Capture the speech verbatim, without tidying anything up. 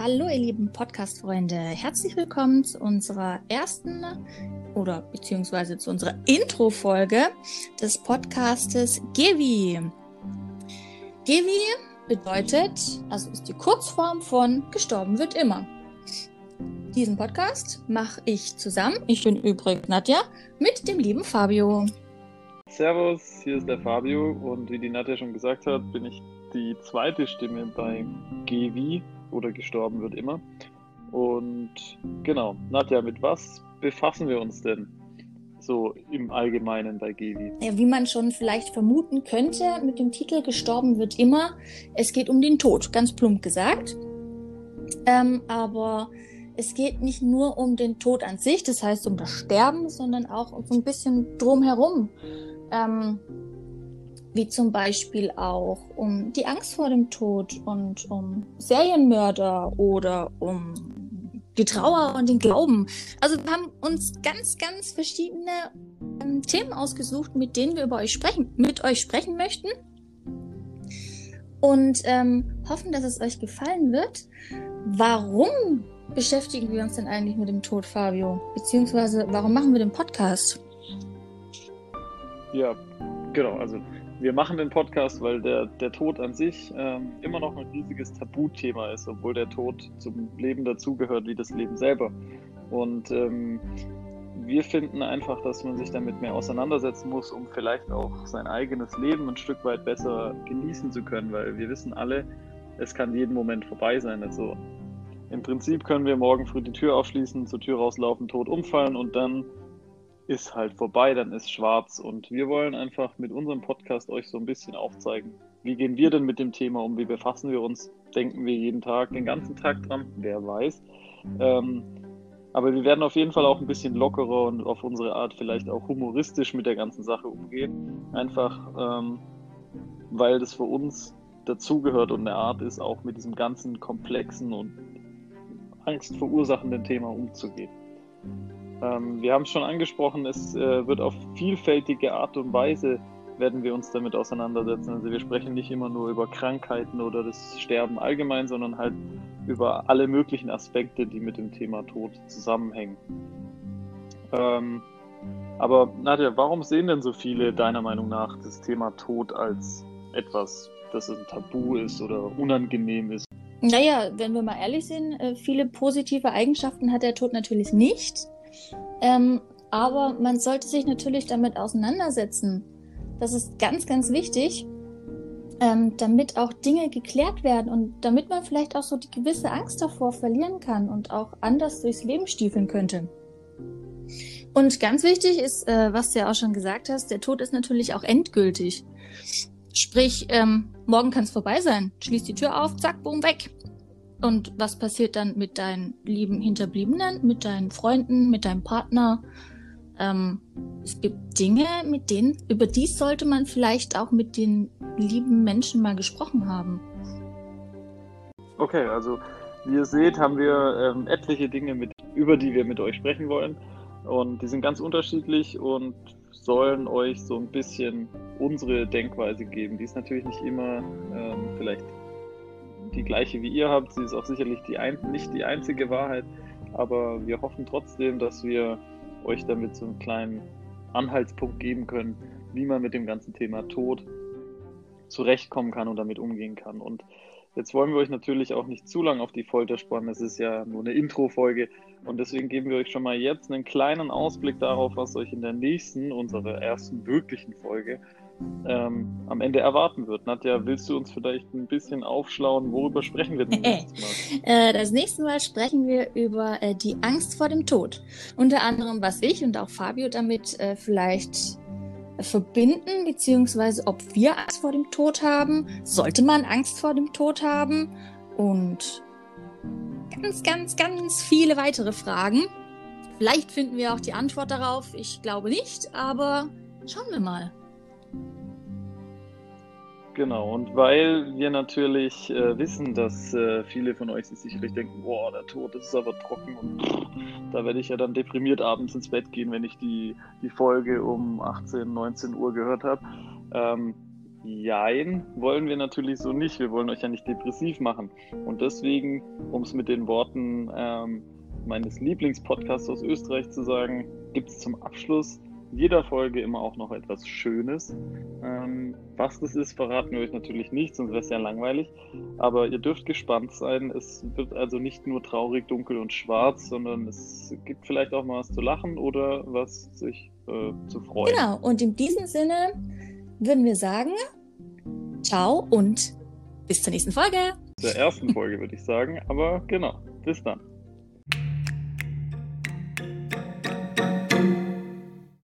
Hallo ihr lieben Podcast-Freunde, herzlich willkommen zu unserer ersten oder beziehungsweise zu unserer Intro-Folge des Podcastes Gewi. Gewi bedeutet, also ist die Kurzform von gestorben wird immer. Diesen Podcast mache ich zusammen, ich bin übrigens Nadja, mit dem lieben Fabio. Servus, hier ist der Fabio und wie die Nadja schon gesagt hat, bin ich die zweite Stimme bei Gewi oder gestorben wird immer. Und genau, Nadja, mit was befassen wir uns denn so im Allgemeinen bei Gewi? Ja, wie man schon vielleicht vermuten könnte, mit dem Titel Gestorben wird immer, es geht um den Tod, ganz plump gesagt. Ähm, aber es geht nicht nur um den Tod an sich, das heißt um das Sterben, sondern auch um so ein bisschen drumherum. Ähm, wie zum Beispiel auch um die Angst vor dem Tod und um Serienmörder oder um die Trauer und den Glauben. Also wir haben uns ganz, ganz verschiedene ähm, Themen ausgesucht, mit denen wir über euch sprechen, mit euch sprechen möchten und ähm, hoffen, dass es euch gefallen wird. Warum beschäftigen wir uns denn eigentlich mit dem Tod, Fabio? Beziehungsweise warum machen wir den Podcast? Ja, genau, also wir machen den Podcast, weil der, der Tod an sich ähm, immer noch ein riesiges Tabuthema ist, obwohl der Tod zum Leben dazugehört wie das Leben selber. Und ähm, wir finden einfach, dass man sich damit mehr auseinandersetzen muss, um vielleicht auch sein eigenes Leben ein Stück weit besser genießen zu können, weil wir wissen alle, es kann jeden Moment vorbei sein. Also im Prinzip können wir morgen früh die Tür aufschließen, zur Tür rauslaufen, tot umfallen und dann ist halt vorbei, dann ist schwarz. Und wir wollen einfach mit unserem Podcast euch so ein bisschen aufzeigen, wie gehen wir denn mit dem Thema um, wie befassen wir uns, denken wir jeden Tag, den ganzen Tag dran, wer weiß. Ähm, aber wir werden auf jeden Fall auch ein bisschen lockerer und auf unsere Art vielleicht auch humoristisch mit der ganzen Sache umgehen. Einfach, ähm, weil das für uns dazugehört und eine Art ist, auch mit diesem ganzen komplexen und angstverursachenden Thema umzugehen. Ähm, wir haben es schon angesprochen, es äh, wird auf vielfältige Art und Weise werden wir uns damit auseinandersetzen. Also wir sprechen nicht immer nur über Krankheiten oder das Sterben allgemein, sondern halt über alle möglichen Aspekte, die mit dem Thema Tod zusammenhängen. Ähm, aber Nadja, warum sehen denn so viele deiner Meinung nach das Thema Tod als etwas, das ein Tabu ist oder unangenehm ist? Naja, wenn wir mal ehrlich sind, äh, viele positive Eigenschaften hat der Tod natürlich nicht. Ähm, aber man sollte sich natürlich damit auseinandersetzen. Das ist ganz, ganz wichtig, ähm, damit auch Dinge geklärt werden und damit man vielleicht auch so die gewisse Angst davor verlieren kann und auch anders durchs Leben stiefeln könnte. Und ganz wichtig ist, äh, was du ja auch schon gesagt hast, der Tod ist natürlich auch endgültig. Sprich, ähm, morgen kann es vorbei sein. Schließ die Tür auf, zack, boom, weg. Und was passiert dann mit deinen lieben Hinterbliebenen, mit deinen Freunden, mit deinem Partner? Ähm, es gibt Dinge, mit denen, über die sollte man vielleicht auch mit den lieben Menschen mal gesprochen haben. Okay, also wie ihr seht, haben wir ähm, etliche Dinge, mit, über die wir mit euch sprechen wollen. Und die sind ganz unterschiedlich und sollen euch so ein bisschen unsere Denkweise geben. Die ist natürlich nicht immer ähm, vielleicht die gleiche wie ihr habt. Sie ist auch sicherlich die ein, nicht die einzige Wahrheit, aber wir hoffen trotzdem, dass wir euch damit so einen kleinen Anhaltspunkt geben können, wie man mit dem ganzen Thema Tod zurechtkommen kann und damit umgehen kann. Und jetzt wollen wir euch natürlich auch nicht zu lange auf die Folter spannen. Es ist ja nur eine Intro-Folge und deswegen geben wir euch schon mal jetzt einen kleinen Ausblick darauf, was euch in der nächsten, unserer ersten wirklichen Folge, ähm, am Ende erwarten wird. Nadja, willst du uns vielleicht ein bisschen aufschlauen, worüber sprechen wir denn nächstes Mal? äh, das nächste Mal sprechen wir über äh, die Angst vor dem Tod. Unter anderem, was ich und auch Fabio damit äh, vielleicht äh, verbinden, beziehungsweise ob wir Angst vor dem Tod haben. Sollte man Angst vor dem Tod haben? Und ganz, ganz, ganz viele weitere Fragen. Vielleicht finden wir auch die Antwort darauf. Ich glaube nicht, aber schauen wir mal. Genau, und weil wir natürlich äh, wissen, dass äh, viele von euch sich sicherlich denken, boah, der Tod, das ist aber trocken und pff, da werde ich ja dann deprimiert abends ins Bett gehen, wenn ich die, die Folge um achtzehn, neunzehn Uhr gehört habe. Ähm, Jein, wollen wir natürlich so nicht. Wir wollen euch ja nicht depressiv machen. Und deswegen, um es mit den Worten ähm, meines Lieblingspodcasts aus Österreich zu sagen, gibt es zum Abschluss jeder Folge immer auch noch etwas Schönes. Ähm, was das ist, verraten wir euch natürlich nicht, sonst wäre es ja langweilig. Aber ihr dürft gespannt sein. Es wird also nicht nur traurig, dunkel und schwarz, sondern es gibt vielleicht auch mal was zu lachen oder was sich äh, zu freuen. Genau, und in diesem Sinne würden wir sagen, ciao und bis zur nächsten Folge. Zur ersten Folge würde ich sagen, aber genau, bis dann.